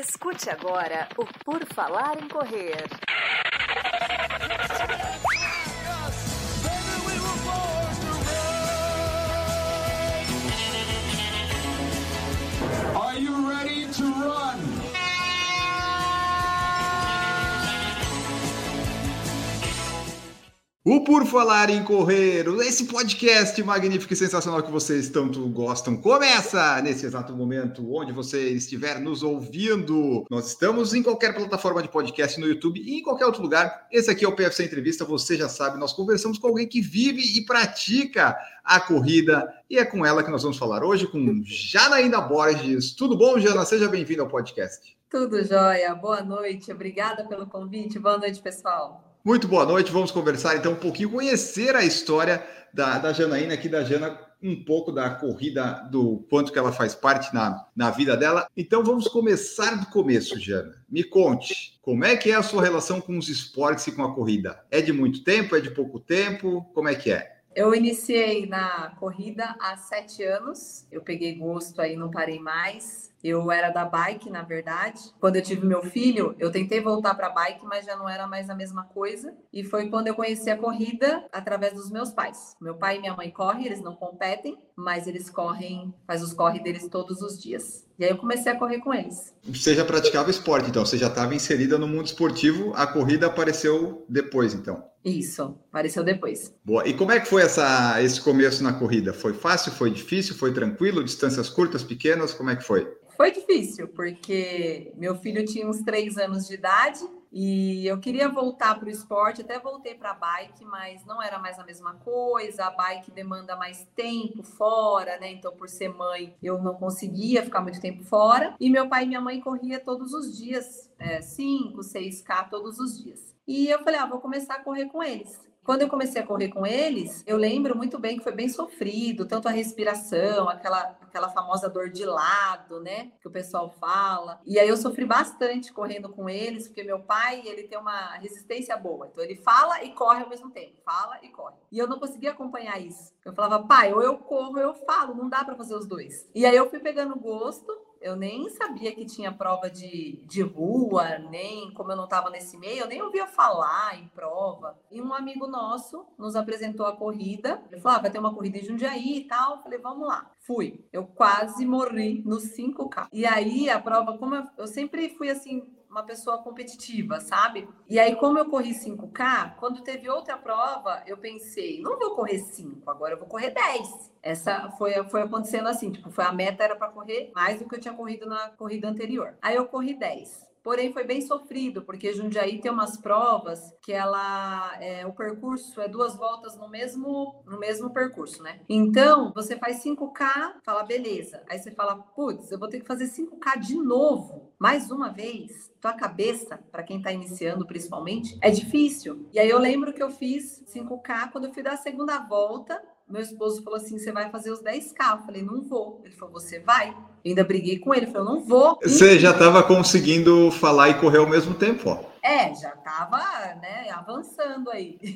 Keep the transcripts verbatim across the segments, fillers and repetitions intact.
Escute agora o Por Falar em Correr. Are you ready to run? O Por Falar em Correr, esse podcast magnífico e sensacional que vocês tanto gostam, começa nesse exato momento, onde você estiver nos ouvindo. Nós estamos em qualquer plataforma de podcast, no YouTube e em qualquer outro lugar. Esse aqui é o P F C Entrevista, você já sabe, nós conversamos com alguém que vive e pratica a corrida, e é com ela que nós vamos falar hoje, com Janaína Borges. Tudo bom, Jana? Seja bem-vinda ao podcast. Tudo jóia, boa noite, obrigada pelo convite, boa noite, pessoal. Muito boa noite, vamos conversar então um pouquinho, conhecer a história da, da Janaína aqui, da Jana, um pouco da corrida, do quanto que ela faz parte na, na vida dela. Então vamos começar do começo, Jana. Me conte, como é que é a sua relação com os esportes e com a corrida? É de muito tempo, é de pouco tempo? Como é que é? Eu iniciei na corrida há sete anos, eu peguei gosto aí, não parei mais. Eu era da bike, na verdade. Quando eu tive meu filho, eu tentei voltar para a bike, mas já não era mais a mesma coisa. E foi quando eu conheci a corrida através dos meus pais. Meu pai e minha mãe correm, eles não competem, mas eles correm, faz os corre deles todos os dias. E aí eu comecei a correr com eles. Você já praticava esporte, então? Você já estava inserida no mundo esportivo, a corrida apareceu depois, então? Isso, apareceu depois. Boa. E como é que foi essa, esse começo na corrida? Foi fácil, foi difícil, foi tranquilo? Distâncias curtas, pequenas, como é que foi? Foi difícil, porque meu filho tinha uns três anos de idade e eu queria voltar para o esporte, até voltei para a bike, mas não era mais a mesma coisa, a bike demanda mais tempo fora, né? Então, por ser mãe, eu não conseguia ficar muito tempo fora. E meu pai e minha mãe corria todos os dias, é, cinco, seis K todos os dias. E eu falei, ah, vou começar a correr com eles. Quando eu comecei a correr com eles, eu lembro muito bem que foi bem sofrido, tanto a respiração, aquela, aquela famosa dor de lado, né, que o pessoal fala. E aí eu sofri bastante correndo com eles, porque meu pai, ele tem uma resistência boa. Então ele fala e corre ao mesmo tempo, fala e corre. E eu não conseguia acompanhar isso. Eu falava, pai, ou eu corro ou eu falo, não dá para fazer os dois. E aí eu fui pegando gosto. Eu nem sabia que tinha prova de, de rua, nem como eu não estava nesse meio, eu nem ouvia falar em prova. E um amigo nosso nos apresentou a corrida. Ele falou, ah, vai ter uma corrida em Jundiaí e tal. Eu falei, vamos lá. Fui. Eu quase morri nos cinco K. E aí a prova, como eu, eu sempre fui assim, uma pessoa competitiva, sabe? E aí, como eu corri cinco K, quando teve outra prova, eu pensei, não vou correr cinco, agora eu vou correr dez. Essa foi, foi acontecendo assim, tipo, foi a meta era para correr mais do que eu tinha corrido na corrida anterior. Aí eu corri dez. Porém, foi bem sofrido, porque Jundiaí tem umas provas que ela, é, o percurso é duas voltas no mesmo, no mesmo percurso, né? Então, você faz cinco K, fala, beleza. Aí você fala, putz, eu vou ter que fazer cinco K de novo, mais uma vez. Tua cabeça, para quem tá iniciando principalmente, é difícil. E aí eu lembro que eu fiz cinco K, quando eu fui dar a segunda volta, meu esposo falou assim, você vai fazer os dez K. Eu falei, não vou. Ele falou, você vai? Eu ainda briguei com ele, falei, não vou. Você já estava conseguindo falar e correr ao mesmo tempo, ó. É, já estava, né, avançando aí.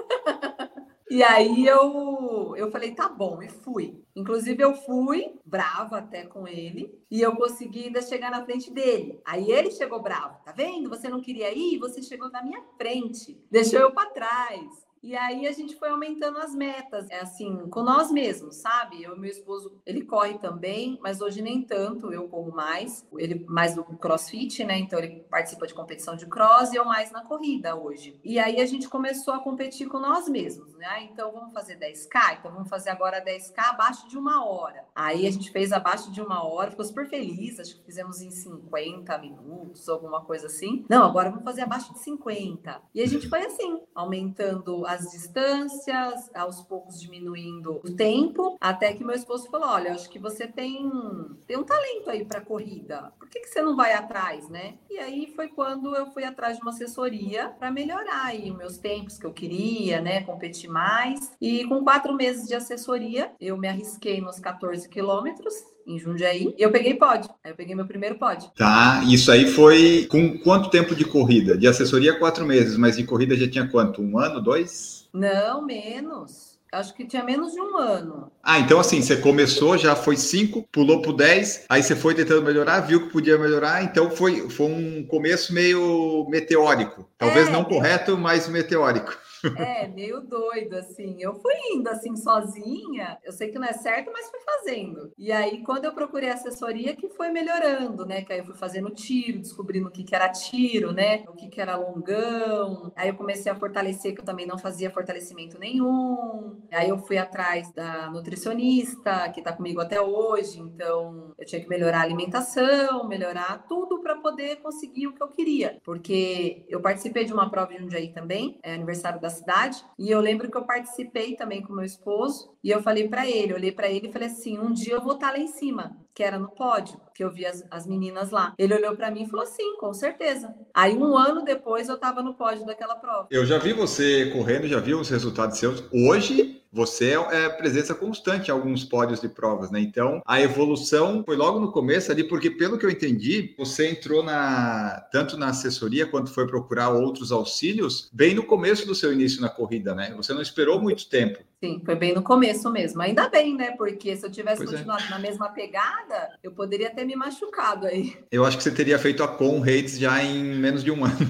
E aí eu, eu falei, tá bom, e fui. Inclusive eu fui, brava até com ele, e eu consegui ainda chegar na frente dele. Aí ele chegou bravo, tá vendo? Você não queria ir, você chegou na minha frente, deixou eu para trás. E aí a gente foi aumentando as metas, é assim, com nós mesmos, sabe? Eu e meu esposo, ele corre também, mas hoje nem tanto, eu corro mais. Ele mais do crossfit, né? Então ele participa de competição de cross e eu mais na corrida hoje. E aí a gente começou a competir com nós mesmos, né? Então vamos fazer dez K? Então vamos fazer agora dez K abaixo de uma hora. Aí a gente fez abaixo de uma hora, ficou super feliz, acho que fizemos em cinquenta minutos, alguma coisa assim. Não, agora vamos fazer abaixo de cinquenta. E a gente foi assim, aumentando as distâncias, aos poucos diminuindo o tempo, até que meu esposo falou, olha, acho que você tem, tem um talento aí para corrida, por que, que você não vai atrás, né? E aí foi quando eu fui atrás de uma assessoria para melhorar aí os meus tempos que eu queria, né, competir mais, e com quatro meses de assessoria, eu me arrisquei nos quatorze quilômetros, em Jundiaí, e eu peguei pódio. Aí eu peguei meu primeiro pódio. Tá, isso aí foi com quanto tempo de corrida? De assessoria, quatro meses, mas de corrida já tinha quanto? Um ano, dois? Não, menos. Acho que tinha menos de um ano. Ah, então assim, você começou, já foi cinco, pulou pro dez, aí você foi tentando melhorar, viu que podia melhorar, então foi, foi um começo meio meteórico. Talvez É, não meio... correto, mas meteórico. É, meio doido, assim. Eu fui indo, assim, sozinha. Eu sei que não é certo, mas fui fazendo. E aí, quando eu procurei assessoria, que foi melhorando, né? Que aí eu fui fazendo tiro, descobrindo o que que era tiro, né? O que que era longão. Aí eu comecei a fortalecer, que eu também não fazia fortalecimento nenhum. Aí eu fui atrás da nutricionista, que tá comigo até hoje. Então, eu tinha que melhorar a alimentação, melhorar tudo para poder conseguir o que eu queria. Porque eu participei de uma prova em Jundiaí também, é aniversário da cidade, e eu lembro que eu participei também com meu esposo, e eu falei para ele, eu olhei para ele e falei assim, um dia eu vou estar lá em cima, que era no pódio, que eu vi as, as meninas lá. Ele olhou para mim e falou, sim, com certeza. Aí um ano depois eu estava no pódio daquela prova. Eu já vi você correndo, já vi os resultados seus. Hoje você é presença constante em alguns pódios de provas, né? Então a evolução foi logo no começo ali, porque pelo que eu entendi, você entrou na tanto na assessoria quanto foi procurar outros auxílios bem no começo do seu início na corrida, né? Você não esperou muito tempo. Sim, foi bem no começo mesmo. Ainda bem, né? Porque se eu tivesse Pois continuado é. na mesma pegada, eu poderia ter me machucado aí. Eu acho que você teria feito a Comrades já em menos de um ano.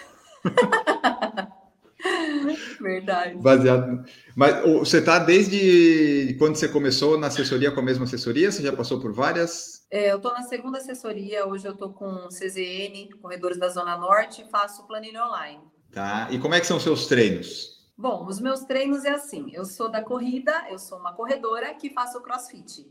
Verdade. Baseado. Mas você está desde quando você começou na assessoria com a mesma assessoria? Você já passou por várias? É, eu estou na segunda assessoria, hoje eu estou com C Z N, Corredores da Zona Norte, e faço planilha online. Tá. E como é que são os seus treinos? Bom, os meus treinos é assim, eu sou da corrida, eu sou uma corredora que faço crossfit.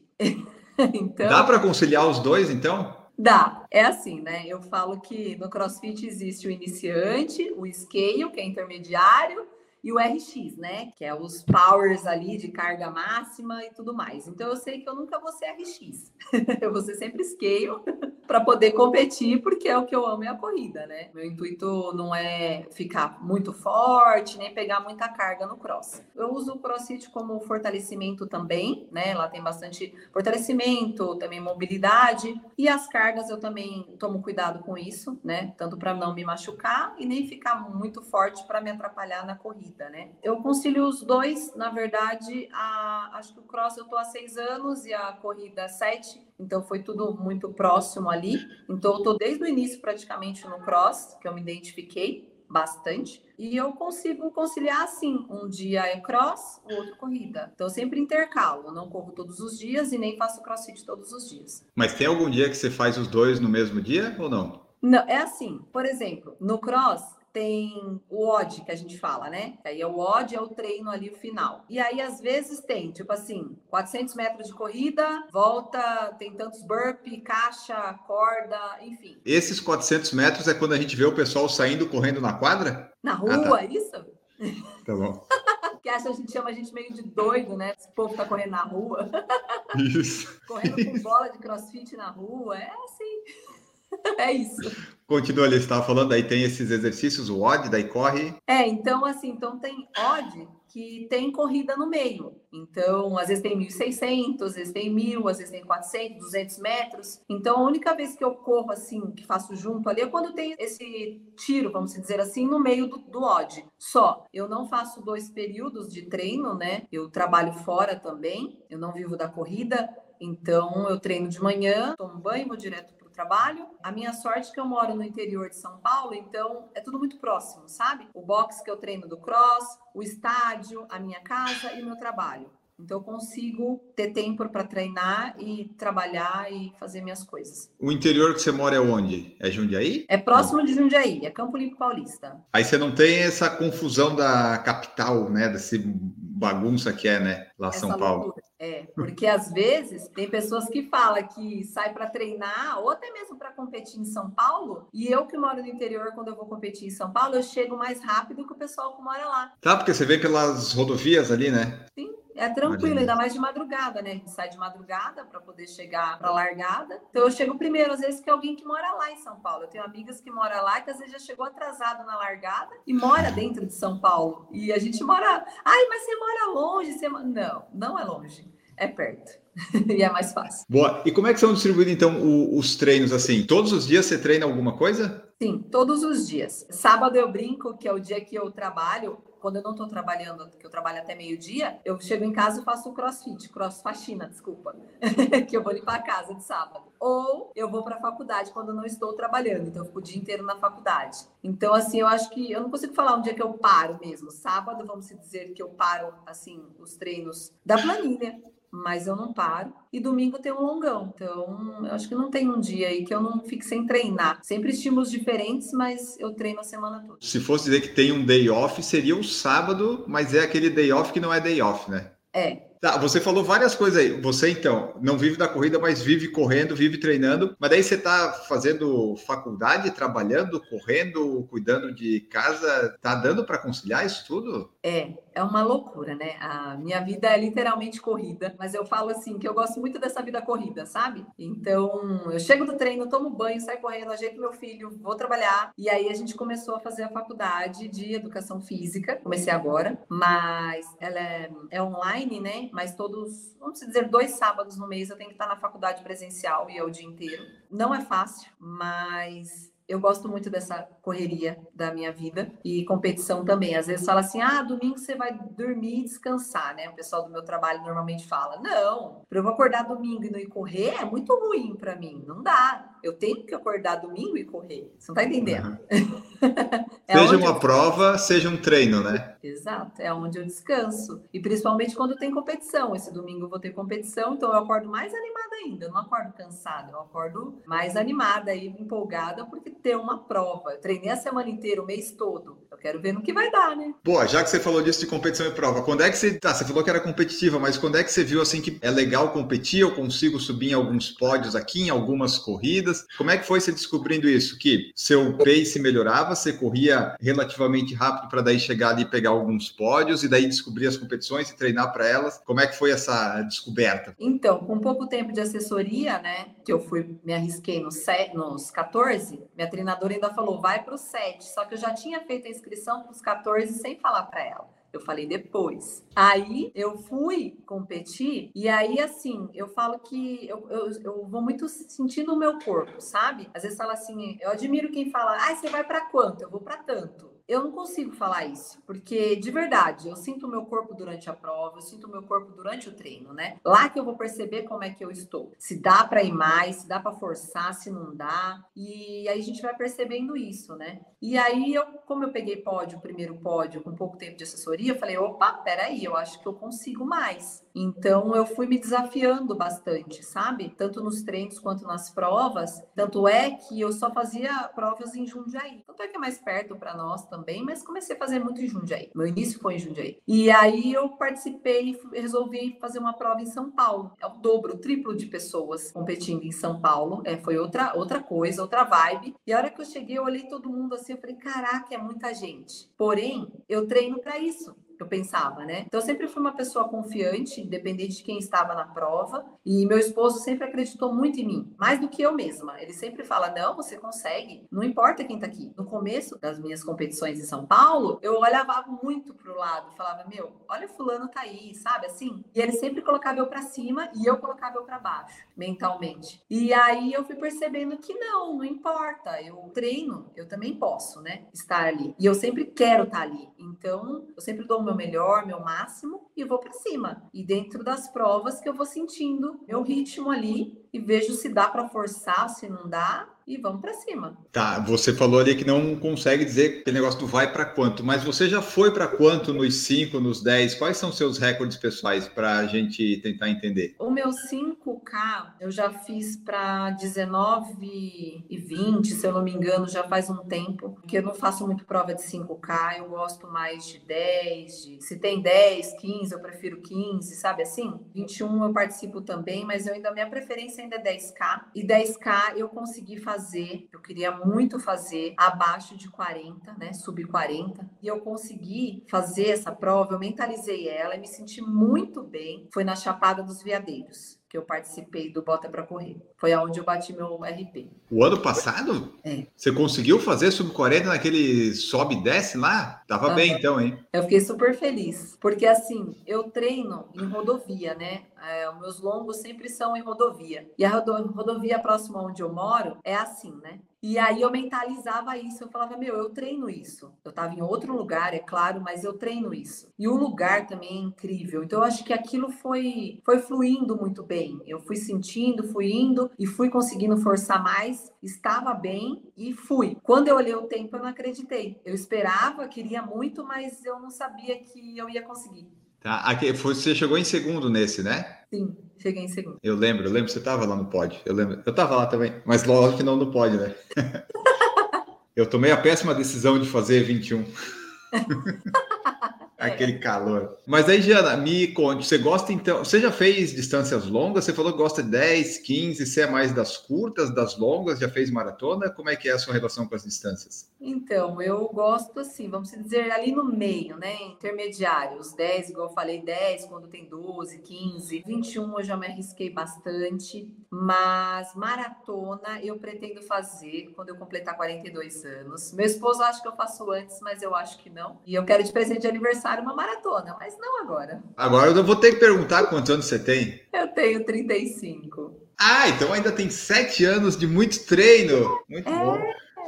Então, dá para conciliar os dois, então? Dá, é assim, né? Eu falo que no CrossFit existe o iniciante, o scale, que é intermediário, e o R X, né? Que é os powers ali de carga máxima e tudo mais. Então eu sei que eu nunca vou ser R X. Eu vou ser sempre scale para poder competir, porque é o que eu amo, é a corrida, né? Meu intuito não é ficar muito forte, nem pegar muita carga no cross. Eu uso o CrossFit como fortalecimento também, né? Lá tem bastante fortalecimento, também mobilidade. E as cargas eu também tomo cuidado com isso, né? Tanto para não me machucar e nem ficar muito forte para me atrapalhar na corrida. Né? Eu concilio os dois, na verdade, a, acho que o cross eu tô há seis anos e a corrida há sete, então foi tudo muito próximo ali. Então eu tô desde o início praticamente no cross, que eu me identifiquei bastante, e eu consigo conciliar assim, um dia é cross, o outro corrida. Então eu sempre intercalo, eu não corro todos os dias e nem faço crossfit todos os dias. Mas tem algum dia que você faz os dois no mesmo dia ou não? Não, é assim, por exemplo, no cross tem o O D que a gente fala, né? Aí é o O D, é o treino ali, o final. E aí, às vezes, tem, tipo assim, quatrocentos metros de corrida, volta, tem tantos burpee, caixa, corda, enfim. Esses quatrocentos metros é quando a gente vê o pessoal saindo correndo na quadra? Na rua, ah, tá. Isso? Tá bom. Que acha, a gente chama a gente meio de doido, né? Esse povo tá correndo na rua. Isso. Correndo com bola de crossfit na rua, é assim... É isso. Continua ali, você estava falando, aí tem esses exercícios, o O D, daí corre. É, então assim, então tem O D que tem corrida no meio. Então, às vezes tem mil e seiscentos, às vezes tem mil, às vezes tem quatrocentos, duzentos metros. Então, a única vez que eu corro assim, que faço junto ali, é quando tem esse tiro, vamos dizer assim, no meio do, do O D. Só, eu não faço dois períodos de treino, né? Eu trabalho fora também, eu não vivo da corrida. Então, eu treino de manhã, tomo banho, vou direto para o trabalho. A minha sorte é que eu moro no interior de São Paulo, então é tudo muito próximo, sabe? O box que eu treino do cross, o estádio, a minha casa e o meu trabalho. Então, eu consigo ter tempo para treinar e trabalhar e fazer minhas coisas. O interior que você mora é onde? É Jundiaí? É próximo não. de Jundiaí, é Campo Limpo Paulista. Aí você não tem essa confusão da capital, né? Desse bagunça que é, né? Lá Essa São Paulo. Loucura. É, porque às vezes tem pessoas que falam que sai para treinar ou até mesmo para competir em São Paulo, e eu que moro no interior, quando eu vou competir em São Paulo, eu chego mais rápido que o pessoal que mora lá. Tá, porque você vem pelas rodovias ali, né? Sim. É tranquilo, ainda mais de madrugada, né? A gente sai de madrugada para poder chegar para a largada. Então eu chego primeiro, às vezes, que alguém que mora lá em São Paulo. Eu tenho amigas que moram lá, que às vezes já chegou atrasado na largada e mora dentro de São Paulo. E a gente mora... Ai, mas você mora longe? Você... Não, não é longe. É perto. E é mais fácil. Boa. E como é que são distribuídos, então, o, os treinos, assim? Todos os dias você treina alguma coisa? Sim, todos os dias. Sábado eu brinco, que é o dia que eu trabalho. quando eu não tô trabalhando, que eu trabalho até meio-dia, eu chego em casa e faço crossfit, cross faxina, desculpa, que eu vou limpar a casa de sábado. Ou eu vou para a faculdade quando eu não estou trabalhando, então eu fico o dia inteiro na faculdade. Então, assim, eu acho que eu não consigo falar um dia que eu paro mesmo. Sábado, vamos dizer que eu paro, assim, os treinos da planilha, mas eu não paro. E domingo tem um longão. Então, eu acho que não tem um dia aí que eu não fique sem treinar. Sempre estímulos diferentes, mas eu treino a semana toda. Se fosse dizer que tem um day off, seria o sábado, mas é aquele day off que não é day off, né? É. Tá, você falou várias coisas aí. Você, então, não vive da corrida, mas vive correndo, vive treinando. Mas daí você tá fazendo faculdade, trabalhando, correndo, cuidando de casa. Tá dando para conciliar isso tudo? É, é uma loucura, né? A minha vida é literalmente corrida, mas eu falo assim que eu gosto muito dessa vida corrida, sabe? Então, eu chego do treino, tomo banho, saio correndo, ajeito meu filho, vou trabalhar. E aí a gente começou a fazer a faculdade de educação física. Comecei agora, mas ela é, é online, né? Mas todos, vamos dizer, dois sábados no mês eu tenho que estar na faculdade presencial e é o dia inteiro. Não é fácil, mas eu gosto muito dessa correria da minha vida e competição também. Às vezes fala assim, ah, domingo você vai dormir e descansar, né? O pessoal do meu trabalho normalmente fala, não, para eu acordar domingo e não ir correr é muito ruim para mim, não dá. Eu tenho que acordar domingo e correr. Você não tá entendendo? Uhum. É seja uma eu... prova, seja um treino, né? Exato, é onde eu descanso. E principalmente quando tem competição. Esse domingo eu vou ter competição, então eu acordo mais animada ainda. Eu não acordo cansada, eu acordo mais animada e empolgada porque tem uma prova. Eu treinei a semana inteira, o mês todo. Eu quero ver no que vai dar, né? Boa, já que você falou disso de competição e prova, quando é que você... Tá, você falou que era competitiva, mas quando é que você viu assim que é legal competir, eu consigo subir em alguns pódios aqui, em algumas corridas? Como é que foi você descobrindo isso? Que seu pace melhorava, você corria relativamente rápido para daí chegar ali e pegar alguns pódios e daí descobrir as competições e treinar para elas. Como é que foi essa descoberta? Então, com pouco tempo de assessoria, né, que eu fui, me arrisquei nos, sete, nos catorze, minha treinadora ainda falou, vai para os sete. Só que eu já tinha feito a inscrição para os catorze sem falar para ela. Eu falei depois. Aí eu fui competir e aí, assim, eu falo que eu, eu, eu vou muito sentindo o meu corpo, sabe? Às vezes fala assim, eu admiro quem fala, ah, você vai para quanto? Eu vou para tanto. Eu não consigo falar isso, porque de verdade, eu sinto o meu corpo durante a prova, eu sinto o meu corpo durante o treino, né? Lá que eu vou perceber como é que eu estou. Se dá para ir mais, se dá para forçar, se não dá. E aí a gente vai percebendo isso, né? E aí, eu, como eu peguei pódio, o primeiro pódio, com pouco tempo de assessoria, eu falei, opa, peraí, eu acho que eu consigo mais. Então, eu fui me desafiando bastante, sabe? Tanto nos treinos quanto nas provas. Tanto é que eu só fazia provas em Jundiaí. Tanto é que é mais perto para nós também, mas comecei a fazer muito em Jundiaí. Meu início foi em Jundiaí. E aí, eu participei e resolvi fazer uma prova em São Paulo. É o dobro, o triplo de pessoas competindo em São Paulo. É, foi outra, outra coisa, outra vibe. E a hora que eu cheguei, eu olhei todo mundo assim, eu falei, caraca, é muita gente. Porém, eu treino para isso. Eu pensava, né? Então, eu sempre fui uma pessoa confiante, independente de quem estava na prova. E meu esposo sempre acreditou muito em mim, mais do que eu mesma. Ele sempre fala, não, você consegue, não importa quem tá aqui. No começo das minhas competições em São Paulo, eu olhava muito pro lado, falava, meu, olha fulano tá aí, sabe, assim? E ele sempre colocava eu pra cima e eu colocava eu pra baixo, mentalmente. E aí eu fui percebendo que não, não importa. Eu treino, eu também posso, né, estar ali. E eu sempre quero estar ali. Então, eu sempre dou o meu melhor, meu máximo e vou para cima. E dentro das provas que eu vou sentindo meu ritmo ali e vejo se dá para forçar, se não dá, e vamos para cima. Tá, você falou ali que não consegue dizer aquele negócio do vai para quanto, mas você já foi para quanto nos cinco, nos dez? Quais são seus recordes pessoais para a gente tentar entender? O meu cinco K eu já fiz para dezenove e vinte, se eu não me engano, já faz um tempo, porque eu não faço muito prova de cinco K, eu gosto mais de dez, de... se tem dez, quinze, eu prefiro quinze, sabe assim? vinte e um eu participo também, mas eu ainda minha preferência ainda é dez K, e dez K eu consegui fazer fazer, eu queria muito fazer abaixo de quarenta, né, sub quarenta, e eu consegui fazer essa prova, eu mentalizei ela e me senti muito bem, foi na Chapada dos Veadeiros, que eu participei do Bota Pra Correr. Foi aonde eu bati meu R P. O ano passado? É. Você conseguiu fazer sub quarenta naquele sobe e desce lá? Tava uhum. bem então, hein? Eu fiquei super feliz, porque assim, eu treino em rodovia, né? É, os meus longos sempre são em rodovia. E a rodo- rodovia próxima onde eu moro é assim, né? E aí eu mentalizava isso, eu falava, meu, eu treino isso. Eu estava em outro lugar, é claro, mas eu treino isso. E o lugar também é incrível. Então eu acho que aquilo foi, foi fluindo muito bem. Eu fui sentindo, fui indo e fui conseguindo forçar mais, estava bem e fui. Quando eu olhei o tempo, eu não acreditei. Eu esperava, queria muito, mas eu não sabia que eu ia conseguir. Tá, aqui, foi- você chegou em segundo nesse, né? Sim, cheguei em segundo. Eu lembro, eu lembro que você estava lá no pódio. Eu lembro. Eu estava lá também, mas lógico que não no pódio, né? Eu tomei a péssima decisão de fazer vinte e um. Aquele calor. Mas aí, Giana, me conte, você gosta então, você já fez distâncias longas? Você falou que gosta de dez, quinze, você é mais das curtas, das longas, já fez maratona? Como é que é a sua relação com as distâncias? Então, eu gosto assim, vamos dizer, ali no meio, né? Intermediário, os dez, igual eu falei, dez, quando tem doze, quinze, vinte e um eu já me arrisquei bastante, mas maratona eu pretendo fazer quando eu completar quarenta e dois anos. Meu esposo acha que eu faço antes, mas eu acho que não. E eu quero de presente de aniversário uma maratona, mas não agora. Agora eu vou ter que perguntar quantos anos você tem. Eu tenho trinta e cinco. Ah, então ainda tem sete anos de muito treino. Muito É. bom.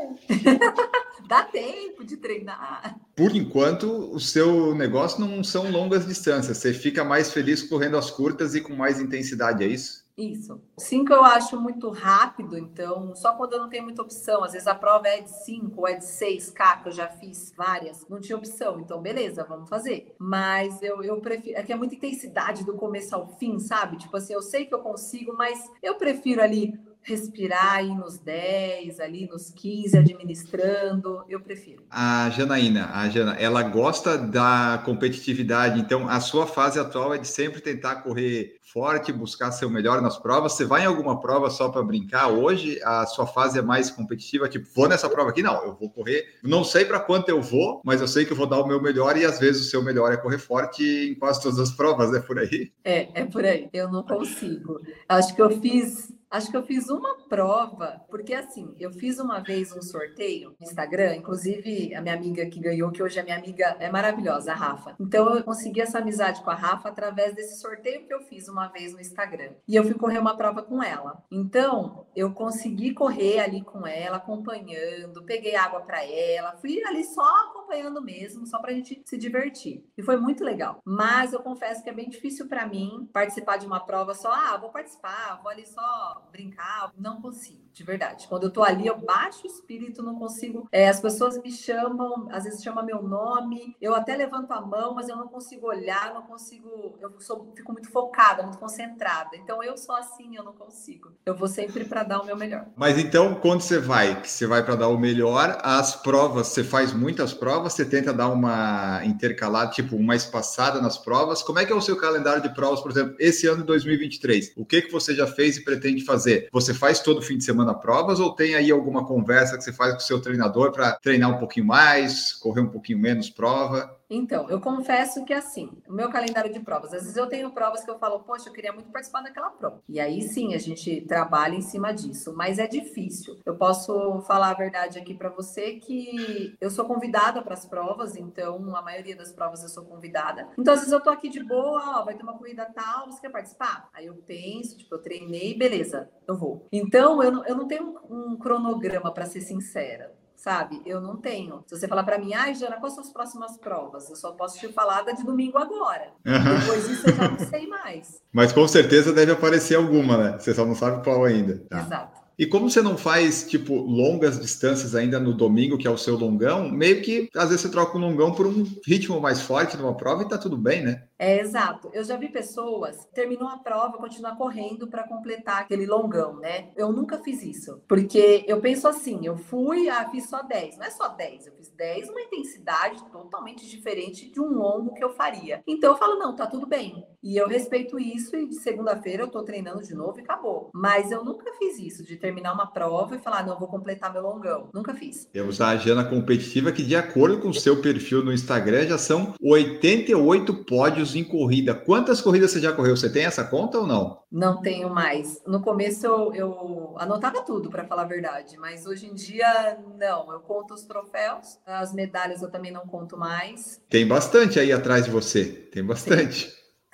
Dá tempo de treinar. Por enquanto, o seu negócio não são longas distâncias. Você fica mais feliz correndo as curtas e com mais intensidade, é isso? Isso. Cinco eu acho muito rápido, então, só quando eu não tenho muita opção. Às vezes a prova é de cinco ou é de seis K, que eu já fiz várias, não tinha opção. Então, beleza, vamos fazer. Mas eu, eu prefiro. É que é muita intensidade do começo ao fim, sabe? Tipo assim, eu sei que eu consigo, mas eu prefiro ali respirar aí nos dez, ali nos quinze, administrando, eu prefiro. A Janaína, a Jana, ela gosta da competitividade, então a sua fase atual é de sempre tentar correr forte, buscar ser o melhor nas provas. Você vai em alguma prova só para brincar? Hoje a sua fase é mais competitiva, tipo, vou nessa prova aqui? Não, eu vou correr, não sei para quanto eu vou, mas eu sei que eu vou dar o meu melhor e às vezes o seu melhor é correr forte em quase todas as provas, é por aí? É, é por aí. Eu não consigo. Acho que eu fiz Acho que eu fiz uma prova, porque assim, eu fiz uma vez um sorteio no Instagram, inclusive a minha amiga que ganhou, que hoje é minha amiga, é maravilhosa, a Rafa. Então eu consegui essa amizade com a Rafa através desse sorteio que eu fiz uma vez no Instagram. E eu fui correr uma prova com ela. Então, eu consegui correr ali com ela, acompanhando, peguei água para ela, fui ali só acompanhando mesmo, só pra gente se divertir. E foi muito legal. Mas eu confesso que é bem difícil para mim participar de uma prova só, ah, vou participar, vou ali só brincar, não consigo, de verdade. Quando eu tô ali, eu baixo o espírito, não consigo. É, as pessoas me chamam, às vezes chamam meu nome, eu até levanto a mão, mas eu não consigo olhar, não consigo. Eu sou, fico muito focada, muito concentrada. Então eu sou assim, eu não consigo. Eu vou sempre para dar o meu melhor. Mas então, quando você vai, que você vai para dar o melhor, as provas, você faz muitas provas, você tenta dar uma intercalada, tipo, uma espaçada nas provas. Como é que é o seu calendário de provas, por exemplo, esse ano de dois mil e vinte e três? O que que você já fez e pretende fazer? Você faz todo fim de semana provas ou tem aí alguma conversa que você faz com o seu treinador para treinar um pouquinho mais, correr um pouquinho menos prova? Então, eu confesso que assim, o meu calendário de provas, às vezes eu tenho provas que eu falo, poxa, eu queria muito participar daquela prova. E aí sim, a gente trabalha em cima disso, mas é difícil. Eu posso falar a verdade aqui para você que eu sou convidada para as provas, então a maioria das provas eu sou convidada. Então, às vezes eu tô aqui de boa, ó, vai ter uma corrida tal, você quer participar? Aí eu penso, tipo, eu treinei, beleza, eu vou. Então, eu não, eu não tenho um, um cronograma, para ser sincera. Sabe? Eu não tenho. Se você falar para mim, ai, Jana, quais são as próximas provas? Eu só posso te falar da de domingo agora. Uhum. Depois disso eu já não sei mais. Mas com certeza deve aparecer alguma, né? Você só não sabe qual ainda. Tá. Exato. E como você não faz, tipo, longas distâncias ainda no domingo, que é o seu longão, meio que, às vezes, você troca um longão por um ritmo mais forte numa prova e tá tudo bem, né? É, exato. Eu já vi pessoas, terminou a prova, continuar correndo para completar aquele longão, né? Eu nunca fiz isso, porque eu penso assim, eu fui, ah, fiz só dez. Não é só dez, eu fiz dez, uma intensidade totalmente diferente de um longo que eu faria. Então eu falo, não, tá tudo bem. E eu respeito isso e de segunda-feira eu tô treinando de novo e acabou. Mas eu nunca fiz isso, de terminar uma prova e falar, não, vou completar meu longão. Nunca fiz. Temos a Jana competitiva que, de acordo com o seu perfil no Instagram, já são oitenta e oito pódios em corrida. Quantas corridas você já correu? Você tem essa conta ou não? Não tenho mais. No começo eu, eu anotava tudo, para falar a verdade, mas hoje em dia não. Eu conto os troféus, as medalhas eu também não conto mais. Tem bastante aí atrás de você. Tem bastante. Tem.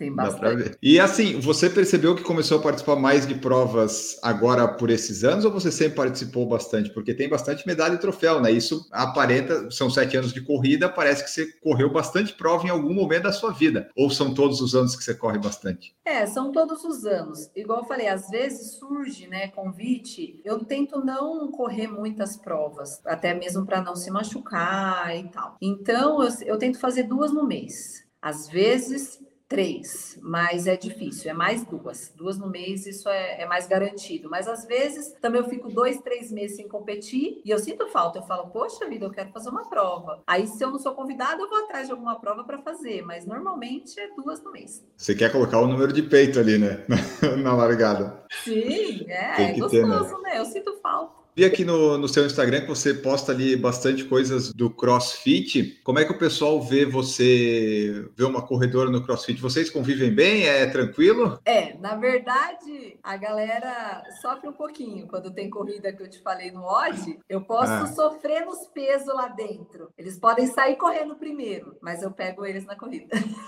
Tem Dá pra bastante. ver. E assim, você percebeu que começou a participar mais de provas agora por esses anos ou você sempre participou bastante? Porque tem bastante medalha e troféu, né? Isso aparenta, são sete anos de corrida, parece que você correu bastante prova em algum momento da sua vida. Ou são todos os anos que você corre bastante? É, são todos os anos. Igual eu falei, às vezes surge, né, convite. Eu tento não correr muitas provas, até mesmo para não se machucar e tal. Então, eu, eu tento fazer duas no mês. Às vezes, três, mas é difícil, é mais duas. Duas no mês, isso é, é mais garantido. Mas às vezes também eu fico dois, três meses sem competir e eu sinto falta. Eu falo, poxa vida, eu quero fazer uma prova. Aí, se eu não sou convidada, eu vou atrás de alguma prova para fazer, mas normalmente é duas no mês. Você quer colocar o número de peito ali, né? Na largada. Sim, é, Tem é que ter, gostoso, né? né? Eu sinto falta. Vi aqui no, no seu Instagram que você posta ali bastante coisas do CrossFit. Como é que o pessoal vê você, vê uma corredora no CrossFit? Vocês convivem bem? É tranquilo? É, na verdade, a galera sofre um pouquinho. Quando tem corrida que eu te falei no O D, eu posso Ah. sofrer nos pesos lá dentro. Eles podem sair correndo primeiro, mas eu pego eles na corrida.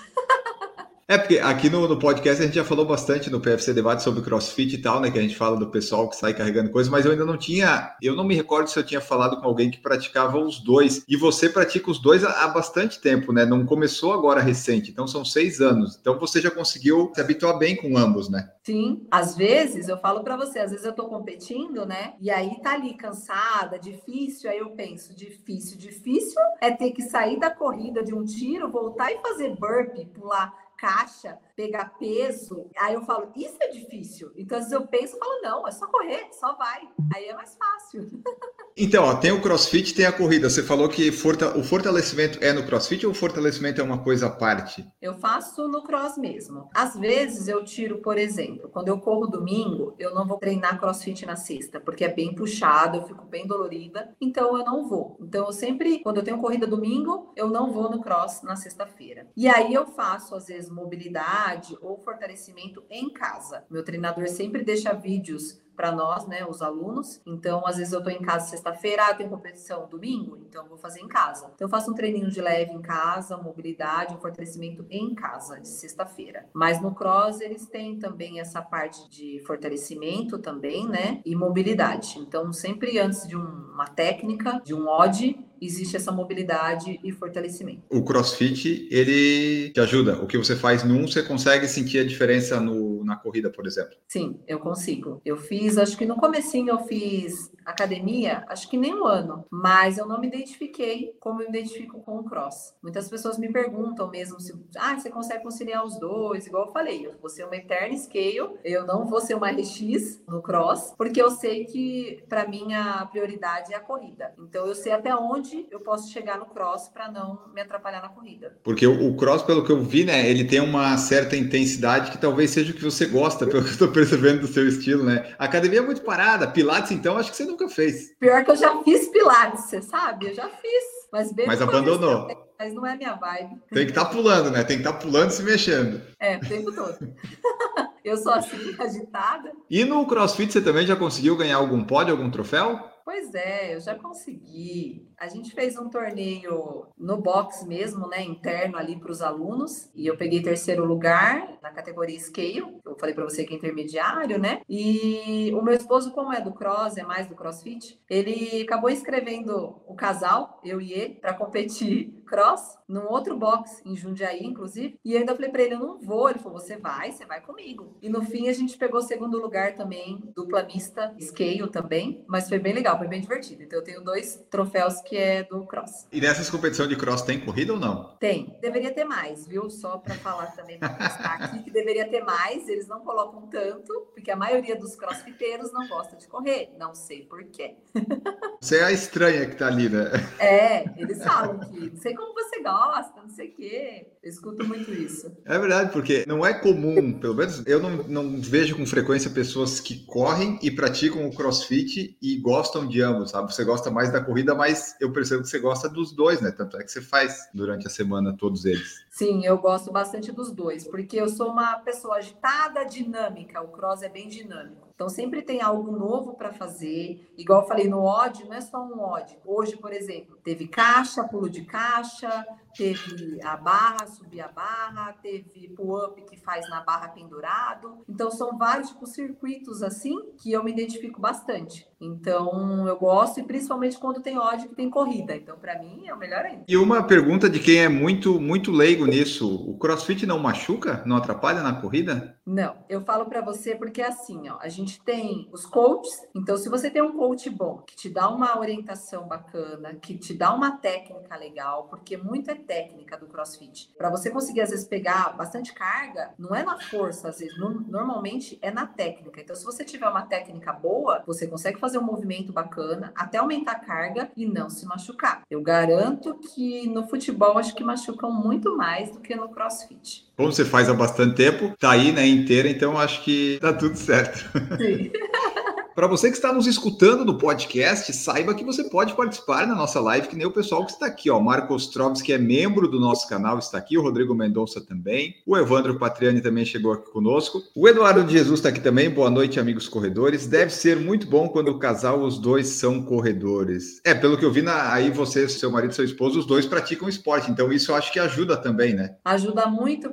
É, porque aqui no, no podcast a gente já falou bastante no P F C Debate sobre CrossFit e tal, né? Que a gente fala do pessoal que sai carregando coisas, mas eu ainda não tinha, eu não me recordo se eu tinha falado com alguém que praticava os dois. E você pratica os dois há, há bastante tempo, né? Não começou agora recente, então são seis anos. Então você já conseguiu se habituar bem com ambos, né? Sim, às vezes eu falo para você, às vezes eu tô competindo, né? E aí tá ali cansada, difícil, aí eu penso, difícil, difícil é ter que sair da corrida de um tiro, voltar e fazer burpee, pular caixa, pegar peso. Aí eu falo, isso é difícil. Então, às vezes eu penso e falo, não, é só correr, só vai. Aí é mais fácil. Então, ó, tem o CrossFit, tem a corrida. Você falou que forta... o fortalecimento é no CrossFit ou o fortalecimento é uma coisa à parte? Eu faço no cross mesmo. Às vezes eu tiro, por exemplo, quando eu corro domingo, eu não vou treinar CrossFit na sexta, porque é bem puxado, eu fico bem dolorida, então eu não vou. Então eu sempre, quando eu tenho corrida domingo, eu não vou no cross na sexta-feira. E aí eu faço, às vezes, mobilidade ou fortalecimento em casa. Meu treinador sempre deixa vídeos para nós, né, os alunos. Então, às vezes eu tô em casa sexta-feira, ah, tem competição domingo, então eu vou fazer em casa. Então, eu faço um treininho de leve em casa, mobilidade, um fortalecimento em casa, de sexta-feira. Mas no cross, eles têm também essa parte de fortalecimento também, né, e mobilidade. Então, sempre antes de um, uma técnica, de um O D, existe essa mobilidade e fortalecimento. O CrossFit, ele te ajuda. O que você faz num, você consegue sentir a diferença no, na corrida, por exemplo? Sim, eu consigo. Eu fiz, acho que no comecinho eu fiz academia, acho que nem um ano, mas eu não me identifiquei como eu me identifico com o cross. Muitas pessoas me perguntam mesmo se, ah, você consegue conciliar os dois? Igual eu falei, eu vou ser uma eterna scale, eu não vou ser uma R X no cross, porque eu sei que para mim a prioridade é a corrida. Então eu sei até onde eu posso chegar no cross para não me atrapalhar na corrida. Porque o, o cross, pelo que eu vi, né, ele tem uma certa intensidade que talvez seja o que você gosta, pelo que eu estou percebendo do seu estilo, né? A academia é muito parada, Pilates, então, acho que você nunca fez. Pior que eu já fiz Pilates, você sabe? Eu já fiz, mas bem Mas no começo abandonou. também, mas não é minha vibe. Tem que estar tá pulando, né? Tem que estar tá pulando e se mexendo. É, o tempo todo. Eu sou assim, agitada. E no CrossFit você também já conseguiu ganhar algum pódio, algum troféu? Pois é, eu já consegui. A gente fez um torneio no box mesmo, né, interno ali para os alunos, e eu peguei terceiro lugar na categoria Scale. Eu falei para você que é intermediário, né? E o meu esposo, como é do cross, é mais do CrossFit, ele acabou inscrevendo o casal, eu e ele, para competir cross num outro box em Jundiaí, inclusive. E eu ainda falei para ele, eu não vou. Ele falou, você vai, você vai comigo. E no fim a gente pegou segundo lugar também, dupla mista, Scale também, mas foi bem legal, foi bem divertido. Então eu tenho dois troféus que é do cross. E nessas competições de cross tem corrida ou não? Tem. Deveria ter mais, viu? Só para falar também, para postar aqui, que deveria ter mais. Eles não colocam tanto, porque a maioria dos crossfiteiros não gosta de correr. Não sei por quê. Você é a estranha que tá ali, né? É, eles falam que não sei como você gosta, não sei o quê. Eu escuto muito isso. É verdade, porque não é comum, pelo menos eu não, não vejo com frequência pessoas que correm e praticam o CrossFit e gostam de ambos, sabe? Você gosta mais da corrida, mas eu percebo que você gosta dos dois, né? Tanto é que você faz durante a semana todos eles. Sim, eu gosto bastante dos dois, porque eu sou uma pessoa agitada, dinâmica. O cross é bem dinâmico. Então sempre tem algo novo para fazer. Igual eu falei, no O D não é só um O D. Hoje, por exemplo, teve caixa, pulo de caixa, teve a barra, subir a barra, teve pull-up que faz na barra pendurado. Então são vários tipo, circuitos assim que eu me identifico bastante. Então eu gosto, e principalmente quando tem O D que tem corrida. Então para mim é o melhor ainda. E uma pergunta de quem é muito, muito leigo nisso: o CrossFit não machuca? Não atrapalha na corrida? Não, eu falo para você porque assim, ó, a gente tem os coaches. Então se você tem um coach bom, que te dá uma orientação bacana, que te dá uma técnica legal, porque muito é técnica do CrossFit. Para você conseguir às vezes pegar bastante carga, não é na força, às vezes, no, normalmente é na técnica. Então se você tiver uma técnica boa, você consegue fazer um movimento bacana, até aumentar a carga e não se machucar. Eu garanto que no futebol acho que machucam muito mais do que no CrossFit. Como você faz há bastante tempo, tá aí, né, inteira, então acho que tá tudo certo. Sim. Para você que está nos escutando no podcast, saiba que você pode participar na nossa live, que nem o pessoal que está aqui, ó. Marco Ostrovski, que é membro do nosso canal, está aqui. O Rodrigo Mendonça também. O Evandro Patriani também chegou aqui conosco. O Eduardo de Jesus está aqui também. Boa noite, amigos corredores. Deve ser muito bom quando o casal, os dois são corredores. É, pelo que eu vi, na, aí você, seu marido e seu esposo, os dois praticam esporte. Então isso eu acho que ajuda também, né? Ajuda muito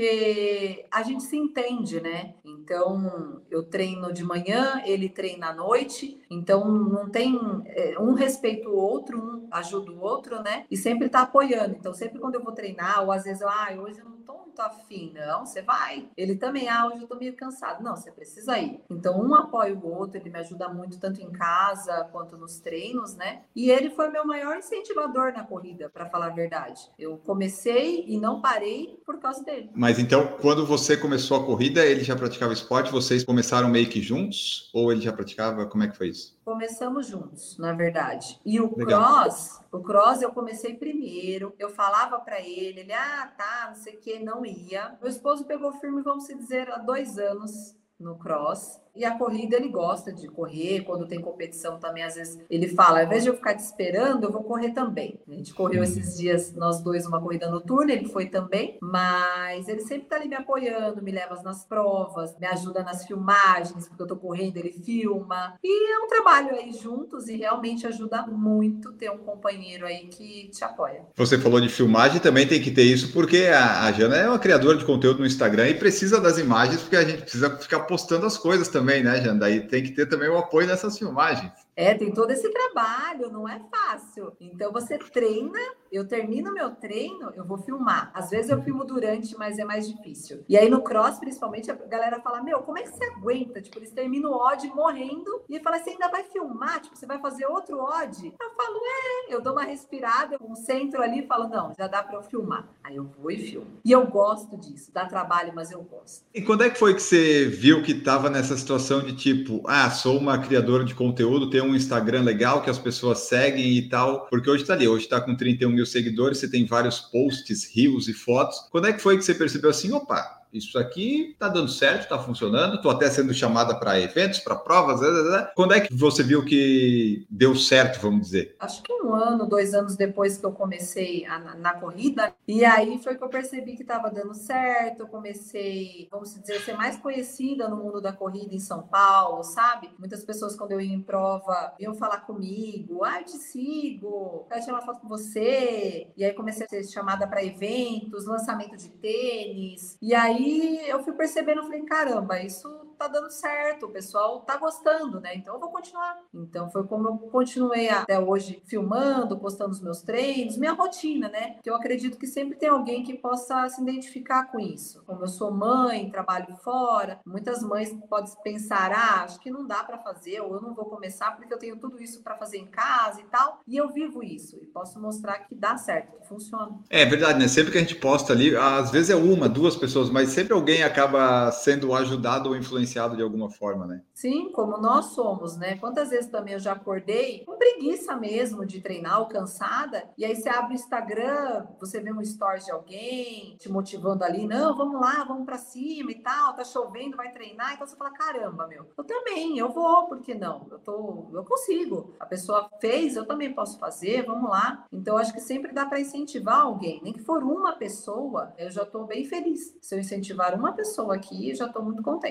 porque a gente se entende, né? Então eu treino de manhã, ele treina à noite, então não tem é, um respeita o outro, um ajuda o outro, né? E sempre tá apoiando. Então sempre quando eu vou treinar, ou às vezes eu, ah, hoje eu não tô muito afim, não, você vai. Ele também, ah, hoje eu tô meio cansado. Não, você precisa ir. Então um apoia o outro, ele me ajuda muito tanto em casa quanto nos treinos, né? E ele foi meu maior incentivador na corrida, para falar a verdade. Eu comecei e não parei por causa dele. Mas então, quando você começou a corrida, ele já praticava esporte? Vocês começaram meio que juntos? Ou ele já praticava? Como é que foi isso? Começamos juntos, na verdade. E o Legal. cross, o cross eu comecei primeiro. Eu falava para ele, ele, ah, tá, não sei o que, não ia. Meu esposo pegou firme, vamos dizer, há dois anos no cross. E a corrida ele gosta de correr, quando tem competição também, às vezes ele fala, ao invés de eu ficar te esperando, eu vou correr também. A gente correu esses dias, nós dois, uma corrida noturna, ele foi também, mas ele sempre tá ali me apoiando, me leva nas provas, me ajuda nas filmagens, porque eu tô correndo, ele filma. E é um trabalho aí juntos e realmente ajuda muito ter um companheiro aí que te apoia. Você falou de filmagem, também tem que ter isso, porque a, a Jana é uma criadora de conteúdo no Instagram e precisa das imagens, porque a gente precisa ficar postando as coisas também. Também, né, Jana? Daí tem que ter também o apoio nessas filmagens. É, tem todo esse trabalho, não é fácil. Então você treina, eu termino meu treino, eu vou filmar. Às vezes eu filmo durante, mas é mais difícil. E aí no cross, principalmente, a galera fala, meu, como é que você aguenta? Tipo, eles terminam o O D morrendo e fala, você ainda vai filmar? Tipo, você vai fazer outro O D? Eu falo, é. Eu dou uma respirada, um centro ali e falo, não, já dá pra eu filmar. Aí eu vou e filmo. E eu gosto disso, dá trabalho, mas eu gosto. E quando é que foi que você viu que estava nessa situação de tipo, ah, sou uma criadora de conteúdo, tenho um Instagram legal que as pessoas seguem e tal, porque hoje tá ali, hoje tá com trinta e um mil seguidores, você tem vários posts, reels e fotos. Quando é que foi que você percebeu assim, opa, isso aqui tá dando certo, tá funcionando, tô até sendo chamada para eventos, para provas, blá, blá, blá. Quando é que você viu que deu certo, vamos dizer? Acho que um ano, dois anos depois que eu comecei a, na, na corrida, e aí foi que eu percebi que estava dando certo, eu comecei, vamos dizer, a ser mais conhecida no mundo da corrida em São Paulo, sabe? Muitas pessoas, quando eu ia em prova, iam falar comigo, ah, eu te sigo, quero tirar uma foto com você, e aí comecei a ser chamada para eventos, lançamento de tênis, e aí eu fui percebendo, falei, caramba, isso tá dando certo, o pessoal tá gostando, né? Então eu vou continuar. Então foi como eu continuei até hoje filmando, postando os meus treinos, minha rotina, né? Que eu acredito que sempre tem alguém que possa se identificar com isso. Como eu sou mãe, trabalho fora, muitas mães podem pensar, ah, acho que não dá para fazer, ou eu não vou começar porque eu tenho tudo isso para fazer em casa e tal. E eu vivo isso e posso mostrar que dá certo, que funciona. É verdade, né? Sempre que a gente posta ali, às vezes é uma, duas pessoas, mas sempre alguém acaba sendo ajudado ou influenciado de alguma forma, né? Sim, como nós somos, né? Quantas vezes também eu já acordei com preguiça mesmo de treinar, ou cansada, e aí você abre o Instagram, você vê um stories de alguém te motivando ali, não, vamos lá, vamos pra cima e tal, tá chovendo, vai treinar, então você fala, caramba, meu, eu também, eu vou, por que não? Eu tô, eu consigo. A pessoa fez, eu também posso fazer, vamos lá. Então, acho que sempre dá para incentivar alguém, nem que for uma pessoa, eu já tô bem feliz. Se eu incentivar uma pessoa aqui, eu já tô muito contente.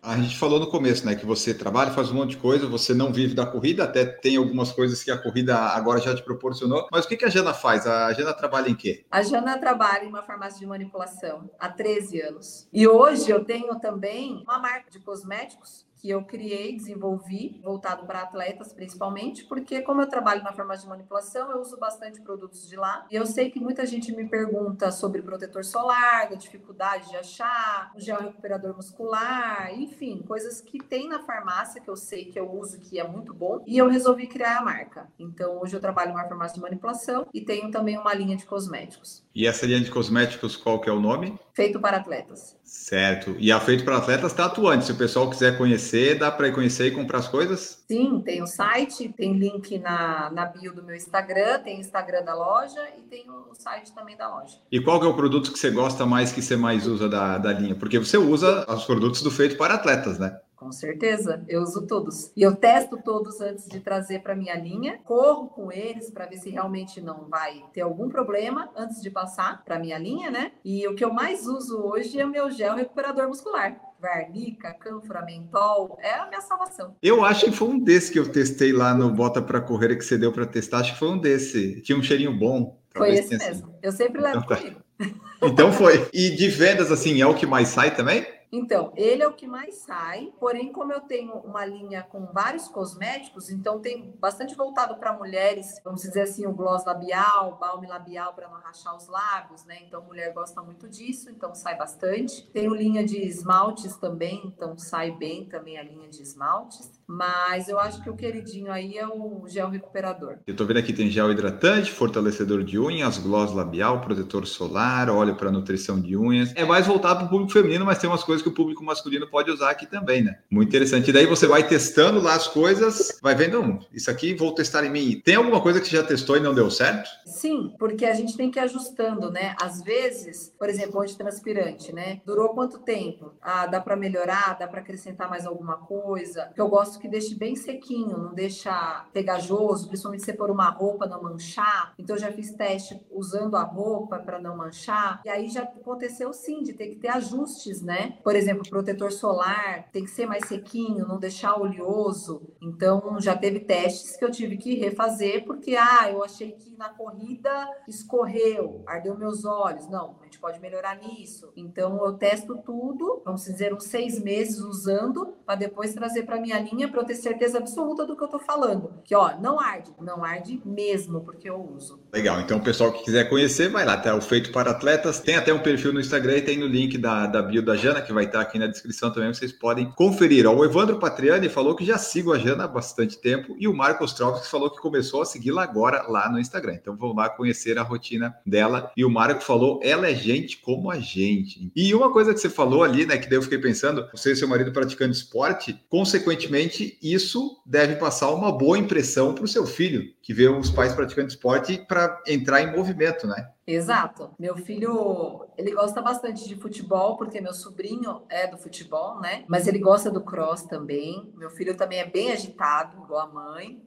A gente falou no começo, né, que você trabalha, faz um monte de coisa, você não vive da corrida, até tem algumas coisas que a corrida agora já te proporcionou. Mas o que que a Jana faz? A Jana trabalha em quê? A Jana trabalha em uma farmácia de manipulação há treze anos. E hoje eu tenho também uma marca de cosméticos que eu criei, desenvolvi, voltado para atletas principalmente, porque como eu trabalho na farmácia de manipulação, eu uso bastante produtos de lá. E eu sei que muita gente me pergunta sobre protetor solar, da dificuldade de achar, o gel recuperador muscular, enfim, coisas que tem na farmácia que eu sei que eu uso, que é muito bom, e eu resolvi criar a marca. Então, hoje eu trabalho numa farmácia de manipulação e tenho também uma linha de cosméticos. E essa linha de cosméticos, qual que é o nome? Feito para atletas. Certo. E a Feito para Atletas está atuante. Se o pessoal quiser conhecer, dá para ir conhecer e comprar as coisas? Sim, tem o site, tem link na, na bio do meu Instagram, tem o Instagram da loja e tem o site também da loja. E qual que é o produto que você gosta mais, que você mais usa da, da linha? Porque você usa os produtos do Feito para Atletas, né? Com certeza, eu uso todos. E eu testo todos antes de trazer para minha linha, corro com eles para ver se realmente não vai ter algum problema antes de passar para minha linha, né? E o que eu mais uso hoje é o meu gel recuperador muscular. Varnica, cânfora, mentol, é a minha salvação. Eu acho que foi um desse que eu testei lá no Bota Pra Correr, que você deu para testar. Acho que foi um desse. Tinha um cheirinho bom. Foi esse mesmo. Eu sempre levo então, comigo. Então foi. E de vendas, assim, é o que mais sai também? Então, ele é o que mais sai, porém, como eu tenho uma linha com vários cosméticos, então tem bastante voltado para mulheres, vamos dizer assim, o gloss labial, balme labial para não rachar os lábios, né? Então, mulher gosta muito disso, então sai bastante. Tenho linha de esmaltes também, então sai bem também a linha de esmaltes, mas eu acho que o queridinho aí é o gel recuperador. Eu tô vendo aqui, tem gel hidratante, fortalecedor de unhas, gloss labial, protetor solar, óleo para nutrição de unhas. É mais voltado para o público feminino, mas tem umas coisas que o público masculino pode usar aqui também, né? Muito interessante. E daí você vai testando lá as coisas, vai vendo, hum, isso aqui vou testar em mim. Tem alguma coisa que você já testou e não deu certo? Sim, porque a gente tem que ir ajustando, né? Às vezes, por exemplo, antitranspirante, né? Durou quanto tempo? Ah, dá para melhorar? Dá para acrescentar mais alguma coisa? Eu gosto que deixe bem sequinho, não deixa pegajoso, principalmente se pôr uma roupa não manchar. Então, eu já fiz teste usando a roupa para não manchar. E aí já aconteceu sim de ter que ter ajustes, né? Por exemplo, protetor solar tem que ser mais sequinho, não deixar oleoso. Então, já teve testes que eu tive que refazer porque, ah, eu achei que na corrida escorreu, ardeu meus olhos. Não, a gente pode melhorar nisso. Então, eu testo tudo, vamos dizer, uns seis meses usando, para depois trazer para minha linha para eu ter certeza absoluta do que eu tô falando. Que, ó, não arde. Não arde mesmo, porque eu uso. Legal. Então, o pessoal que quiser conhecer, vai lá. Tá o Feito para Atletas. Tem até um perfil no Instagram e tem no link da, da bio da Jana, que vai estar aqui na descrição também, vocês podem conferir. Ó, o Evandro Patriani falou que já sigo a Jana há bastante tempo e o Marcos Troves falou que começou a segui-la agora lá no Instagram. Então vão lá conhecer a rotina dela. E o Marco falou, ela é gente como a gente. E uma coisa que você falou ali, né, que daí eu fiquei pensando, você e seu marido praticando esporte, consequentemente, isso deve passar uma boa impressão para o seu filho, que vê os pais praticando esporte para entrar em movimento, né? Exato. Meu filho, ele gosta bastante de futebol, porque meu sobrinho é do futebol, né? Mas ele gosta do cross também. Meu filho também é bem agitado, igual a mãe.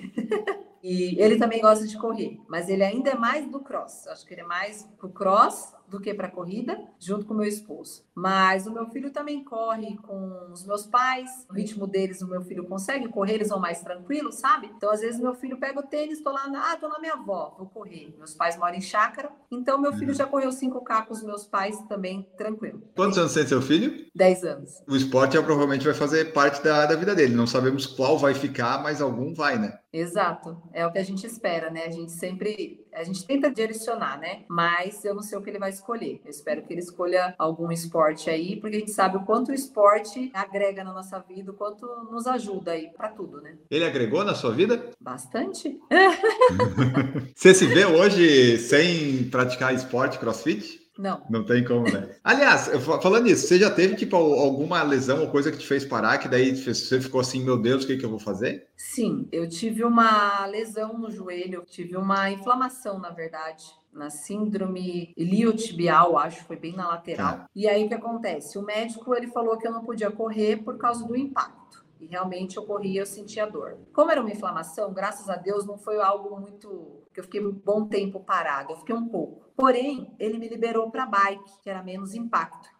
E ele também gosta de correr, mas ele ainda é mais do cross. Acho que ele é mais pro cross do que para corrida, junto com o meu esposo. Mas o meu filho também corre com os meus pais. O ritmo deles, o meu filho consegue correr, eles vão mais tranquilos, sabe? Então, às vezes, meu filho pega o tênis, tô lá, na, ah, tô na minha avó, vou correr. Meus pais moram em chácara, então meu filho já correu cinco K com os meus pais também, tranquilo. Quantos anos tem seu filho? dez anos. O esporte provavelmente vai fazer parte da, da vida dele. Não sabemos qual vai ficar, mas algum vai, né? Exato. É o que a gente espera, né? A gente sempre... A gente tenta direcionar, né? Mas eu não sei o que ele vai escolher. Eu espero que ele escolha algum esporte aí, porque a gente sabe o quanto o esporte agrega na nossa vida, o quanto nos ajuda aí para tudo, né? Ele agregou na sua vida? Bastante. Você se vê hoje sem praticar esporte, crossfit? Não. Não tem como, né? Aliás, falando nisso, você já teve, tipo, alguma lesão ou coisa que te fez parar, que daí você ficou assim, meu Deus, o que, que eu vou fazer? Sim, eu tive uma lesão no joelho, tive uma inflamação, na verdade, na síndrome iliotibial, acho, foi bem na lateral. Ah. E aí, o que acontece? O médico, ele falou que eu não podia correr por causa do impacto. E realmente eu corria, eu sentia dor. Como era uma inflamação, graças a Deus, não foi algo muito... que eu fiquei um bom tempo parada, eu fiquei um pouco. Porém, ele me liberou para bike, que era menos impacto.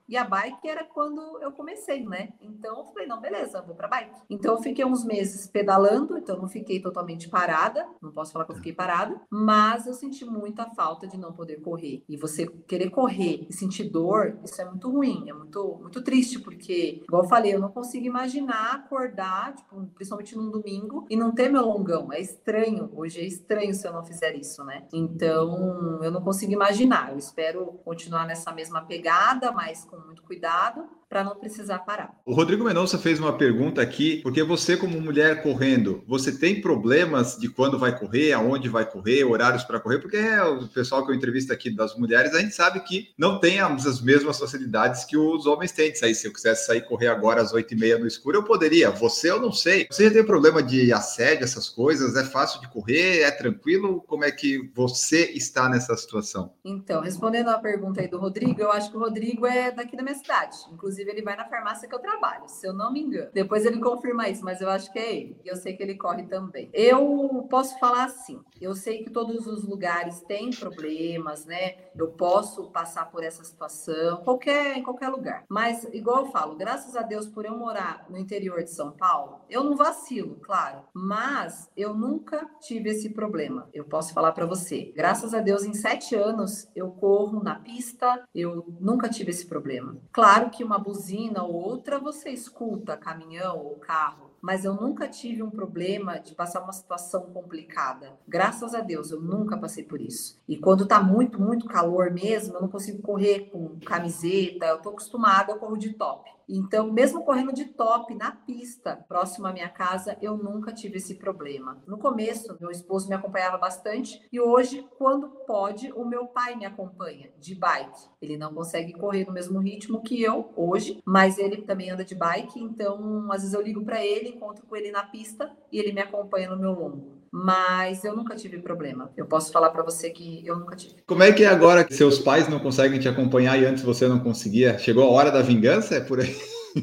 E a bike era quando eu comecei, né? Então eu falei, não, beleza, vou pra bike. Então eu fiquei uns meses pedalando, então não fiquei totalmente parada, não posso falar que eu fiquei parada, mas eu senti muita falta de não poder correr. E você querer correr e sentir dor, isso é muito ruim, é muito, muito triste, porque, igual eu falei, eu não consigo imaginar acordar, tipo, principalmente num domingo, e não ter meu longão. É estranho, hoje é estranho se eu não fizer isso, né? Então, eu não consigo imaginar. Eu espero continuar nessa mesma pegada, mas com muito cuidado, para não precisar parar. O Rodrigo Mendonça fez uma pergunta aqui, porque você, como mulher correndo, você tem problemas de quando vai correr, aonde vai correr, horários para correr? Porque é, o pessoal que eu entrevisto aqui das mulheres, a gente sabe que não tem as mesmas facilidades que os homens têm de sair. Se eu quisesse sair correr agora às oito e meia no escuro, eu poderia. Você, eu não sei. Você já tem problema de assédio, essas coisas? É fácil de correr? É tranquilo? Como é que você está nessa situação? Então, respondendo a pergunta aí do Rodrigo, eu acho que o Rodrigo é daqui da minha cidade. Inclusive, ele vai na farmácia que eu trabalho, se eu não me engano. Depois ele confirma isso, mas eu acho que é ele. E eu sei que ele corre também. Eu posso falar assim, eu sei que todos os lugares têm problemas, né? Eu posso passar por essa situação, qualquer, em qualquer lugar. Mas, igual eu falo, graças a Deus por eu morar no interior de São Paulo, eu não vacilo, claro. Mas eu nunca tive esse problema. Eu posso falar para você. Graças a Deus, em sete anos, eu corro na pista, eu nunca tive esse problema. Claro que uma buzina ou outra você escuta, caminhão ou carro, mas eu nunca tive um problema de passar uma situação complicada. Graças a Deus, eu nunca passei por isso. E quando tá muito, muito calor mesmo, eu não consigo correr com camiseta, eu tô acostumada, eu corro de top. Então, mesmo correndo de top na pista, próximo à minha casa, eu nunca tive esse problema. No começo, meu esposo me acompanhava bastante e hoje, quando pode, o meu pai me acompanha de bike. Ele não consegue correr no mesmo ritmo que eu hoje, mas ele também anda de bike, então às vezes eu ligo para ele, encontro com ele na pista e ele me acompanha no meu longo. Mas eu nunca tive problema. Eu posso falar para você que eu nunca tive. Como é que é agora que seus pais não conseguem te acompanhar e antes você não conseguia? Chegou a hora da vingança? É por aí?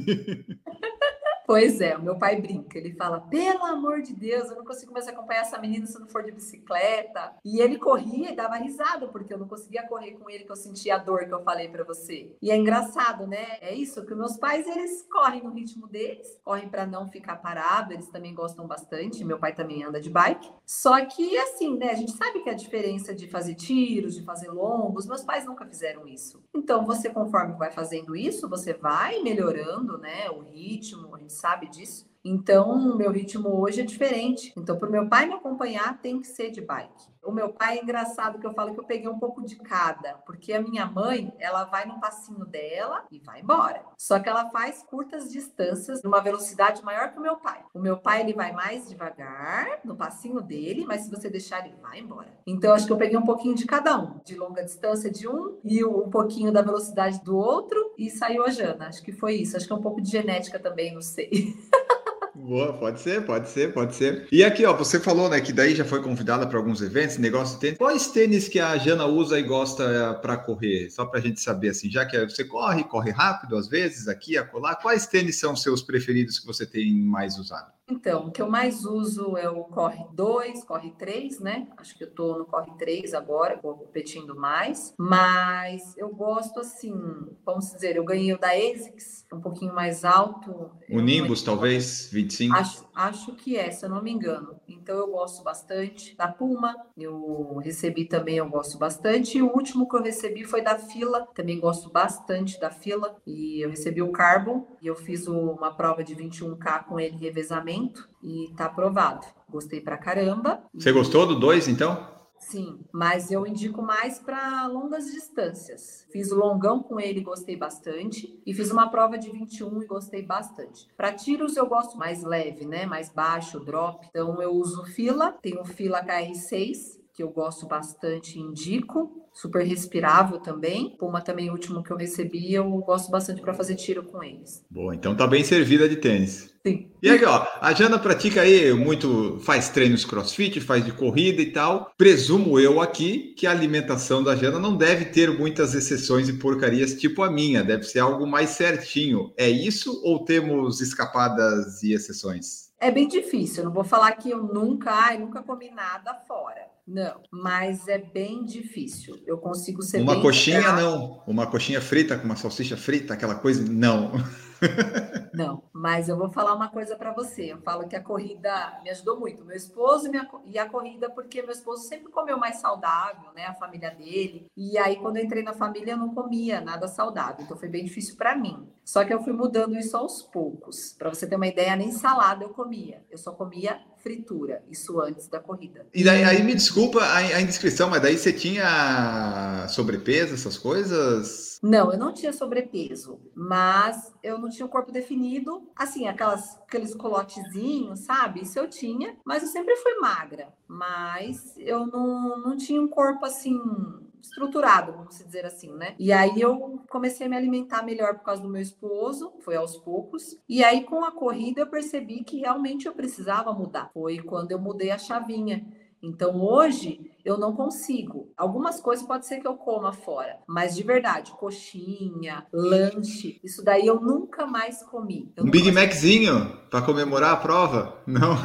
Pois é, o meu pai brinca, ele fala, pelo amor de Deus, eu não consigo mais acompanhar essa menina se não for de bicicleta. E ele corria e dava risada, porque eu não conseguia correr com ele, que eu sentia a dor que eu falei pra você. E é engraçado, né? É isso, que meus pais, eles correm no ritmo deles, correm pra não ficar parado, eles também gostam bastante, meu pai também anda de bike. Só que, assim, né, a gente sabe que a diferença de fazer tiros, de fazer longos, meus pais nunca fizeram isso. Então, você, conforme vai fazendo isso, você vai melhorando, né, o ritmo, a gente sabe disso. Então, o meu ritmo hoje é diferente. Então, para o meu pai me acompanhar, tem que ser de bike. O meu pai é engraçado que eu falo que eu peguei um pouco de cada, porque a minha mãe, ela vai no passinho dela e vai embora. Só que ela faz curtas distâncias numa velocidade maior que o meu pai. O meu pai, ele vai mais devagar no passinho dele, mas se você deixar, ele vai embora. Então, eu acho que eu peguei um pouquinho de cada um, de longa distância de um e um pouquinho da velocidade do outro e saiu a Jana. Acho que foi isso. Acho que é um pouco de genética também, não sei. Boa, pode ser, pode ser, pode ser. E aqui, ó, você falou, né, que daí já foi convidada para alguns eventos, negócio de tênis. Quais tênis que a Jana usa e gosta para correr? Só para a gente saber, assim, já que você corre, corre rápido às vezes, aqui, acolá. Quais tênis são os seus preferidos que você tem mais usado? Então, o que eu mais uso é o Corre dois, Corre três, né? Acho que eu tô no Corre três agora, tô competindo mais. Mas eu gosto, assim, vamos dizer, eu ganhei o da ASICS, um pouquinho mais alto. O Nimbus, talvez, vinte e cinco? Acho, acho que é, se eu não me engano. Então, eu gosto bastante. Da Puma, eu recebi também, eu gosto bastante. E o último que eu recebi foi da Fila, também gosto bastante da Fila. E eu recebi o Carbon, e eu fiz uma prova de vinte e um K com ele, revezamento. E tá aprovado. Gostei pra caramba. Você gostou do dois, então? Sim, mas eu indico mais para longas distâncias. Fiz o longão com ele, gostei bastante. E fiz uma prova de vinte e um e gostei bastante. Para tiros eu gosto mais leve, né? Mais baixo, drop. Então eu uso Fila. Tem o Fila K R seis, que eu gosto bastante e indico. Super respirável também. Puma também, o último que eu recebi, eu gosto bastante para fazer tiro com eles. Boa, então tá bem servida de tênis. Sim. E aqui, ó, a Jana pratica aí muito, faz treinos crossfit, faz de corrida e tal. Presumo eu aqui que a alimentação da Jana não deve ter muitas exceções e porcarias tipo a minha, deve ser algo mais certinho. É isso ou temos escapadas e exceções? É bem difícil, eu não vou falar que eu nunca, ai, nunca comi nada fora. Não, mas é bem difícil. Eu consigo ser Uma bem coxinha, brava. não. Uma coxinha frita com uma salsicha frita, aquela coisa, não. Não, mas eu vou falar uma coisa para você. Eu falo que a corrida me ajudou muito. Meu esposo e, minha, e a corrida, porque meu esposo sempre comeu mais saudável, né? A família dele. E aí, quando eu entrei na família, eu não comia nada saudável. Então, foi bem difícil para mim. Só que eu fui mudando isso aos poucos. Para você ter uma ideia, nem salada eu comia. Eu só comia fritura. Isso antes da corrida. E daí, aí me desculpa a, a indiscrição, mas daí você tinha sobrepeso, essas coisas? Não, eu não tinha sobrepeso, mas eu não tinha o corpo definido, assim, aquelas, aqueles colotezinhos, sabe? Isso eu tinha, mas eu sempre fui magra, mas eu não, não tinha um corpo assim estruturado, vamos dizer assim, né? E aí eu comecei a me alimentar melhor por causa do meu esposo, foi aos poucos, e aí com a corrida eu percebi que realmente eu precisava mudar. Foi quando eu mudei a chavinha. Então, hoje, eu não consigo. Algumas coisas pode ser que eu coma fora, mas de verdade, coxinha, lanche, isso daí eu nunca mais comi. Eu Um Big mais... Maczinho para comemorar a prova? Não.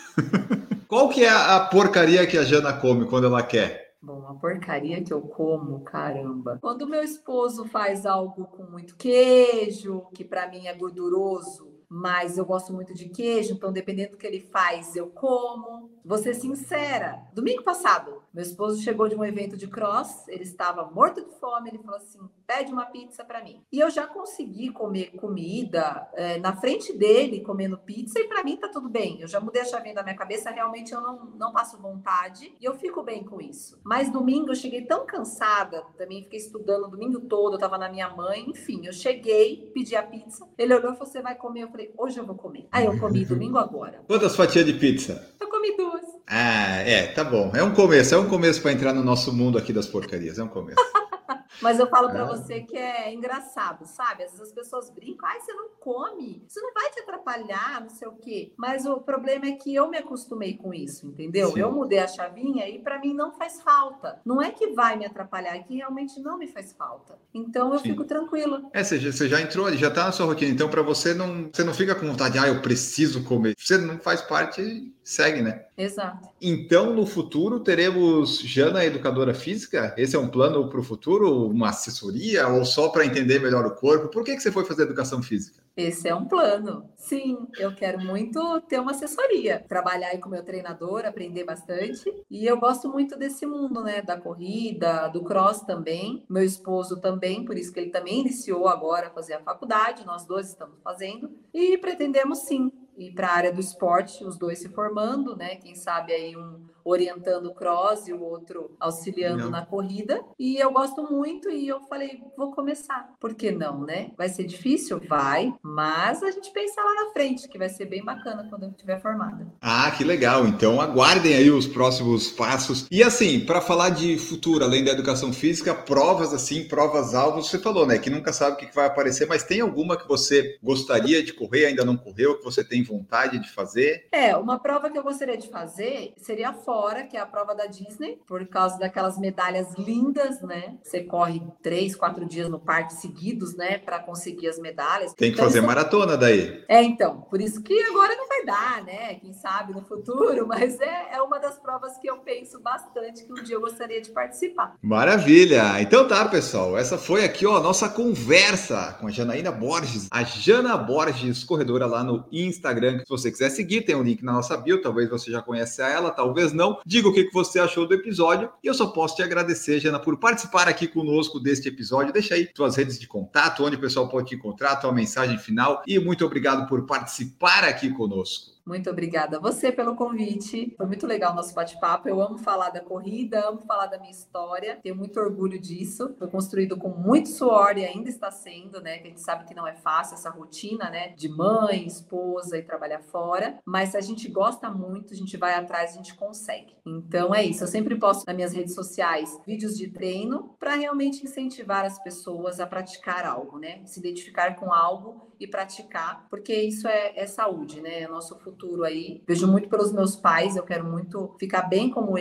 Qual que é a porcaria que a Jana come quando ela quer? Bom, a porcaria que eu como, caramba. Quando meu esposo faz algo com muito queijo, que para mim é gorduroso, mas eu gosto muito de queijo, então dependendo do que ele faz, eu como. Vou ser sincera, domingo passado, meu esposo chegou de um evento de cross, ele estava morto de fome, ele falou assim, pede uma pizza para mim. E eu já consegui comer comida é, na frente dele, comendo pizza, e para mim tá tudo bem. Eu já mudei a chavinha da minha cabeça, realmente eu não, não passo vontade, e eu fico bem com isso. Mas domingo eu cheguei tão cansada, também fiquei estudando o domingo todo, eu tava na minha mãe, enfim, eu cheguei, pedi a pizza, ele olhou e falou, você vai comer? Eu falei, hoje eu vou comer. Aí eu comi domingo agora. Quantas fatias de pizza? Eu comi duas. Ah, é, tá bom. É um começo, é um começo para entrar no nosso mundo aqui das porcarias, é um começo. Mas eu falo para Ah. você que é engraçado, sabe? Às vezes as pessoas brincam, ai, você não come, isso não vai te atrapalhar, não sei o quê. Mas o problema é que eu me acostumei com isso, entendeu? Sim. Eu mudei a chavinha e para mim não faz falta. Não é que vai me atrapalhar, é que realmente não me faz falta. Então eu Sim. fico tranquila. É, você já, você já entrou ali, já tá na sua rotina. Então, para você, não, você não fica com vontade, ah, eu preciso comer. Você não faz parte, segue, né? Exato. Então, no futuro, teremos Jana, educadora física? Esse é um plano para o futuro? Uma assessoria? Ou só para entender melhor o corpo? Por que, que você foi fazer educação física? Esse é um plano. Sim, eu quero muito ter uma assessoria, trabalhar aí com meu treinador, aprender bastante. E eu gosto muito desse mundo, né? Da corrida, do cross também. Meu esposo também, por isso que ele também iniciou agora a fazer a faculdade. Nós dois estamos fazendo. E pretendemos sim ir para a área do esporte, os dois se formando, né? Quem sabe aí um orientando o cross e o outro auxiliando Não. na corrida. E eu gosto muito e eu falei, vou começar. Por que não, né? Vai ser difícil? Vai. Mas a gente pensa lá na frente, que vai ser bem bacana quando eu estiver formada. Ah, que legal. Então, aguardem aí os próximos passos. E assim, para falar de futuro, além da educação física, provas assim, provas alvos, você falou, né? Que nunca sabe o que vai aparecer, mas tem alguma que você gostaria de correr, ainda não correu, que você tem vontade de fazer? É, uma prova que eu gostaria de fazer seria fora, que é a prova da Disney, por causa daquelas medalhas lindas, né? Você corre três, quatro dias no parque seguidos, né? Para conseguir as medalhas. Tem que então, fazer isso... maratona daí. É, então, por isso que agora não vai dar, né? Quem sabe no futuro, mas é, é uma das provas que eu penso bastante que um dia eu gostaria de participar. Maravilha! Então tá, pessoal, essa foi aqui ó, a nossa conversa com a Janaína Borges, a Jana Borges, corredora lá no Instagram, que se você quiser seguir, tem um link na nossa bio, talvez você já conheça ela, talvez não. Diga o que você achou do episódio e eu só posso te agradecer, Jana, por participar aqui conosco deste episódio. Deixa aí suas redes de contato, onde o pessoal pode te encontrar, tua mensagem final e muito obrigado por participar aqui conosco. Muito obrigada a você pelo convite. Foi muito legal o nosso bate-papo. Eu amo falar da corrida, amo falar da minha história. Tenho muito orgulho disso. Foi construído com muito suor e ainda está sendo, né? Que a gente sabe que não é fácil essa rotina, né? De mãe, esposa e trabalhar fora. Mas se a gente gosta muito, a gente vai atrás, a gente consegue. Então é isso. Eu sempre posto nas minhas redes sociais vídeos de treino para realmente incentivar as pessoas a praticar algo, né? Se identificar com algo e praticar, porque isso é, é saúde, né? É nosso futuro aí. Vejo muito pelos meus pais, eu quero muito ficar bem como eles,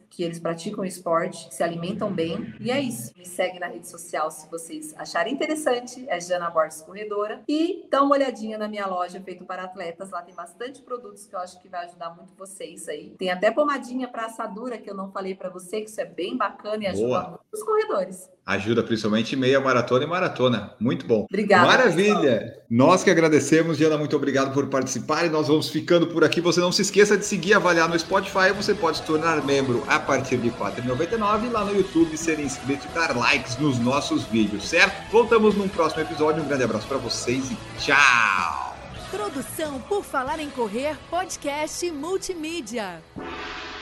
que eles praticam esporte, se alimentam bem. E é isso. Me segue na rede social se vocês acharem interessante. É Jana Borges Corredora. E dá uma olhadinha na minha loja feito para atletas. Lá tem bastante produtos que eu acho que vai ajudar muito vocês aí. Tem até pomadinha para assadura que eu não falei para você, que isso é bem bacana e ajuda muito os corredores. Ajuda principalmente meia maratona e maratona. Muito bom. Obrigada. Maravilha. Pessoal. Nós que agradecemos, Diana, muito obrigado por participar e nós vamos ficando por aqui. Você não se esqueça de seguir e avaliar no Spotify. Você pode se tornar membro a partir de quatro reais e noventa e nove centavos lá no YouTube, ser inscrito e dar likes nos nossos vídeos, certo? Voltamos num próximo episódio. Um grande abraço para vocês e tchau! Produção Por Falar em Correr, podcast multimídia.